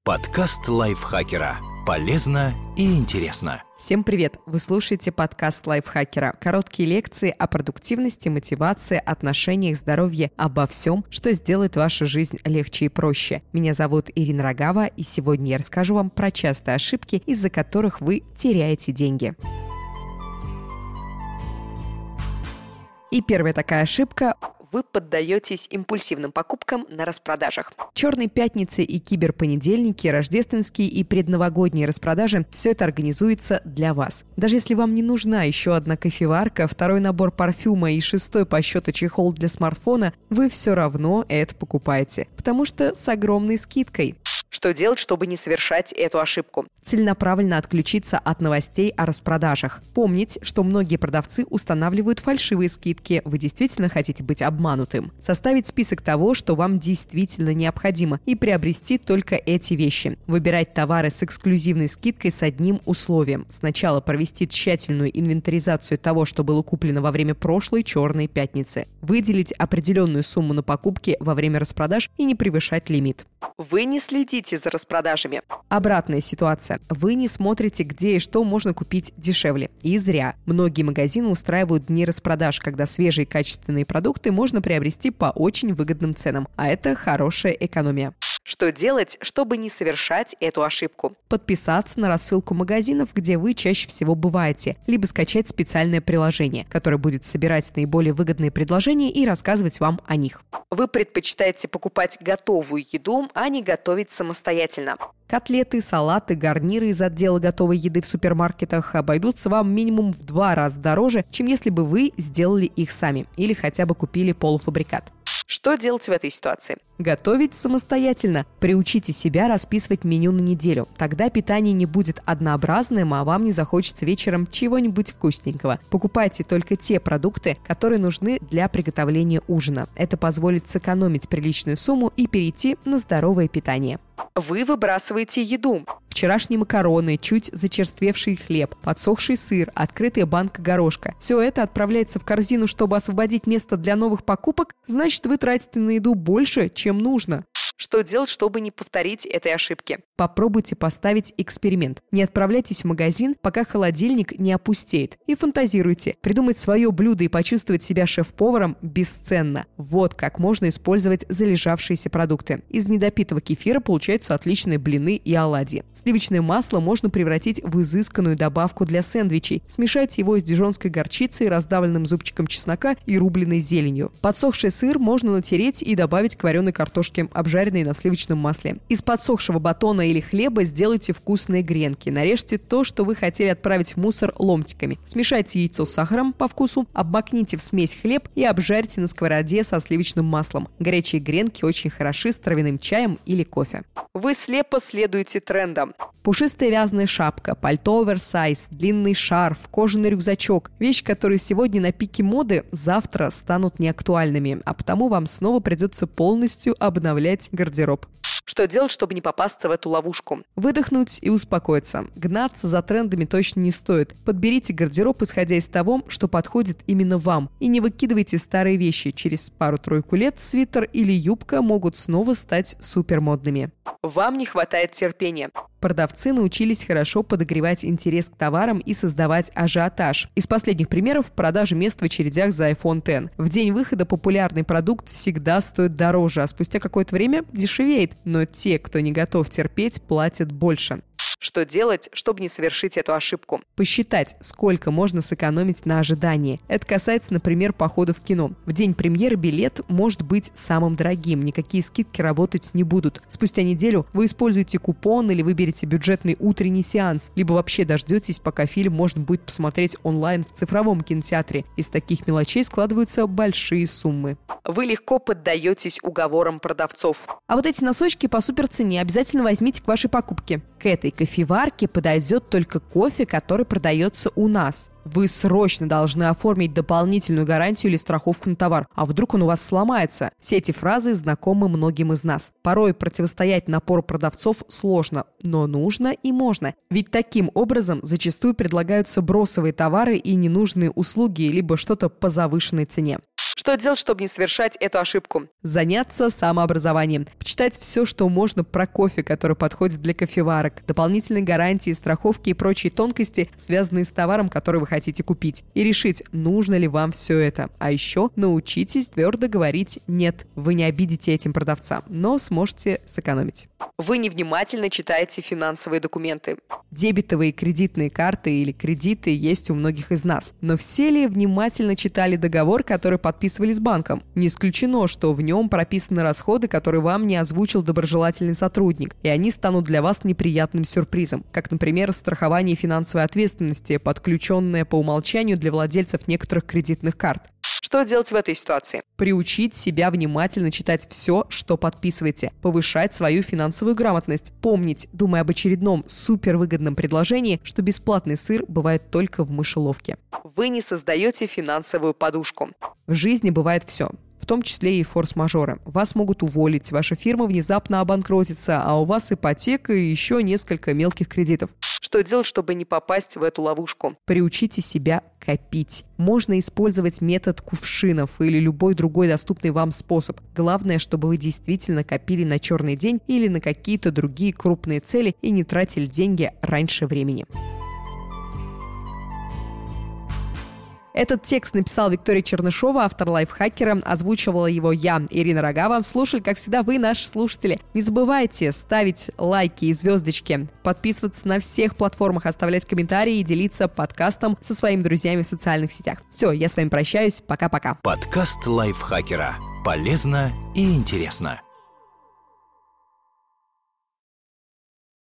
Подкаст лайфхакера. Полезно и интересно. Всем привет! Вы слушаете подкаст лайфхакера. Короткие лекции о продуктивности, мотивации, отношениях, здоровье, обо всем, что сделает вашу жизнь легче и проще. Меня зовут Ирина Рогава, и сегодня я расскажу вам про частые ошибки, из-за которых вы теряете деньги. И первая такая ошибка – вы поддаетесь импульсивным покупкам на распродажах. Черные пятницы и киберпонедельники, рождественские и предновогодние распродажи – все это организуется для вас. Даже если вам не нужна еще одна кофеварка, второй набор парфюма и шестой по счету чехол для смартфона, вы все равно это покупаете, потому что с огромной скидкой. Что делать, чтобы не совершать эту ошибку? Целенаправленно отключиться от новостей о распродажах. Помнить, что многие продавцы устанавливают фальшивые скидки. Вы действительно хотите быть обманутым. Составить список того, что вам действительно необходимо, и приобрести только эти вещи. Выбирать товары с эксклюзивной скидкой с одним условием. Сначала провести тщательную инвентаризацию того, что было куплено во время прошлой черной пятницы. Выделить определенную сумму на покупки во время распродаж и не превышать лимит. Вы не следите за распродажами. Обратная ситуация. Вы не смотрите, где и что можно купить дешевле. И зря. Многие магазины устраивают дни распродаж, когда свежие качественные продукты можно приобрести по очень выгодным ценам. А это хорошая экономия. Что делать, чтобы не совершать эту ошибку? Подписаться на рассылку магазинов, где вы чаще всего бываете, либо скачать специальное приложение, которое будет собирать наиболее выгодные предложения и рассказывать вам о них. Вы предпочитаете покупать готовую еду, а не готовить самостоятельно. Котлеты, салаты, гарниры из отдела готовой еды в супермаркетах обойдутся вам минимум в 2 раза дороже, чем если бы вы сделали их сами или хотя бы купили полуфабрикат. Что делать в этой ситуации? Готовить самостоятельно. Приучите себя расписывать меню на неделю. Тогда питание не будет однообразным, а вам не захочется вечером чего-нибудь вкусненького. Покупайте только те продукты, которые нужны для приготовления ужина. Это позволит сэкономить приличную сумму и перейти на здоровое питание. Вы выбрасываете еду. Вчерашние макароны, чуть зачерствевший хлеб, подсохший сыр, открытая банка горошка. Все это отправляется в корзину, чтобы освободить место для новых покупок, значит, вы тратите на еду больше, чем нужно. Что делать, чтобы не повторить этой ошибки? Попробуйте поставить эксперимент. Не отправляйтесь в магазин, пока холодильник не опустеет. И фантазируйте. Придумать свое блюдо и почувствовать себя шеф-поваром бесценно. Вот как можно использовать залежавшиеся продукты. Из недопитого кефира получаются отличные блины и оладьи. Сливочное масло можно превратить в изысканную добавку для сэндвичей. Смешайте его с дижонской горчицей, раздавленным зубчиком чеснока и рубленой зеленью. Подсохший сыр можно натереть и добавить к вареной картошке, обжаренной на сливочном масле. Из подсохшего батона или хлеба сделайте вкусные гренки. Нарежьте то, что вы хотели отправить в мусор, ломтиками. Смешайте яйцо с сахаром по вкусу, обмакните в смесь хлеб и обжарьте на сковороде со сливочным маслом. Горячие гренки очень хороши с травяным чаем или кофе. Вы слепо следуете трендам. Пушистая вязаная шапка, пальто оверсайз, длинный шарф, кожаный рюкзачок. Вещи, которые сегодня на пике моды, завтра станут неактуальными, а потому вам снова придется полностью обновлять гардероб. Что делать, чтобы не попасться в эту ловушку? Выдохнуть и успокоиться. Гнаться за трендами точно не стоит. Подберите гардероб, исходя из того, что подходит именно вам. И не выкидывайте старые вещи. Через пару-тройку лет свитер или юбка могут снова стать супермодными. Вам не хватает терпения. Продавцы научились хорошо подогревать интерес к товарам и создавать ажиотаж. Из последних примеров – продажи мест в очередях за iPhone X. В день выхода популярный продукт всегда стоит дороже, а спустя какое-то время дешевеет. Но те, кто не готов терпеть, платят больше. Что делать, чтобы не совершить эту ошибку? Посчитать, сколько можно сэкономить на ожидании. Это касается, например, похода в кино. В день премьеры билет может быть самым дорогим, никакие скидки работать не будут. Спустя неделю вы используете купон или выберете бюджетный утренний сеанс, либо вообще дождетесь, пока фильм можно будет посмотреть онлайн в цифровом кинотеатре. Из таких мелочей складываются большие суммы. Вы легко поддаетесь уговорам продавцов. А вот эти носочки по суперцене обязательно возьмите к вашей покупке. К этой кофеварке подойдет только кофе, который продается у нас. Вы срочно должны оформить дополнительную гарантию или страховку на товар. А вдруг он у вас сломается? Все эти фразы знакомы многим из нас. Порой противостоять напору продавцов сложно, но нужно и можно. Ведь таким образом зачастую предлагаются бросовые товары и ненужные услуги, либо что-то по завышенной цене. Что делать, чтобы не совершать эту ошибку? Заняться самообразованием. Почитать все, что можно про кофе, который подходит для кофеварок, дополнительные гарантии, страховки и прочие тонкости, связанные с товаром, который вы хотите купить. И решить, нужно ли вам все это. А еще научитесь твердо говорить «нет». Вы не обидите этим продавца, но сможете сэкономить. Вы невнимательно читаете финансовые документы. Дебетовые кредитные карты или кредиты есть у многих из нас. Но все ли внимательно читали договор, который подписывали с банком? Не исключено, что в нем прописаны расходы, которые вам не озвучил доброжелательный сотрудник, и они станут для вас неприятным сюрпризом, как, например, страхование финансовой ответственности, подключенное по умолчанию для владельцев некоторых кредитных карт. Что делать в этой ситуации? Приучить себя внимательно читать все, что подписываете, повышать свою финансовую грамотность, помнить, думая об очередном супервыгодном предложении, что бесплатный сыр бывает только в мышеловке. Вы не создаете финансовую подушку. В жизни бывает все. В том числе и форс-мажоры. Вас могут уволить, ваша фирма внезапно обанкротится, а у вас ипотека и еще несколько мелких кредитов. Что делать, чтобы не попасть в эту ловушку? Приучите себя копить. Можно использовать метод кувшинов или любой другой доступный вам способ. Главное, чтобы вы действительно копили на черный день или на какие-то другие крупные цели и не тратили деньги раньше времени. Этот текст написала Виктория Чернышова, автор лайфхакера. Озвучивала его я, Ирина Рогава. Слушали, как всегда, вы, наши слушатели. Не забывайте ставить лайки и звездочки, подписываться на всех платформах, оставлять комментарии и делиться подкастом со своими друзьями в социальных сетях. Все, я с вами прощаюсь. Пока-пока. Подкаст лайфхакера. Полезно и интересно.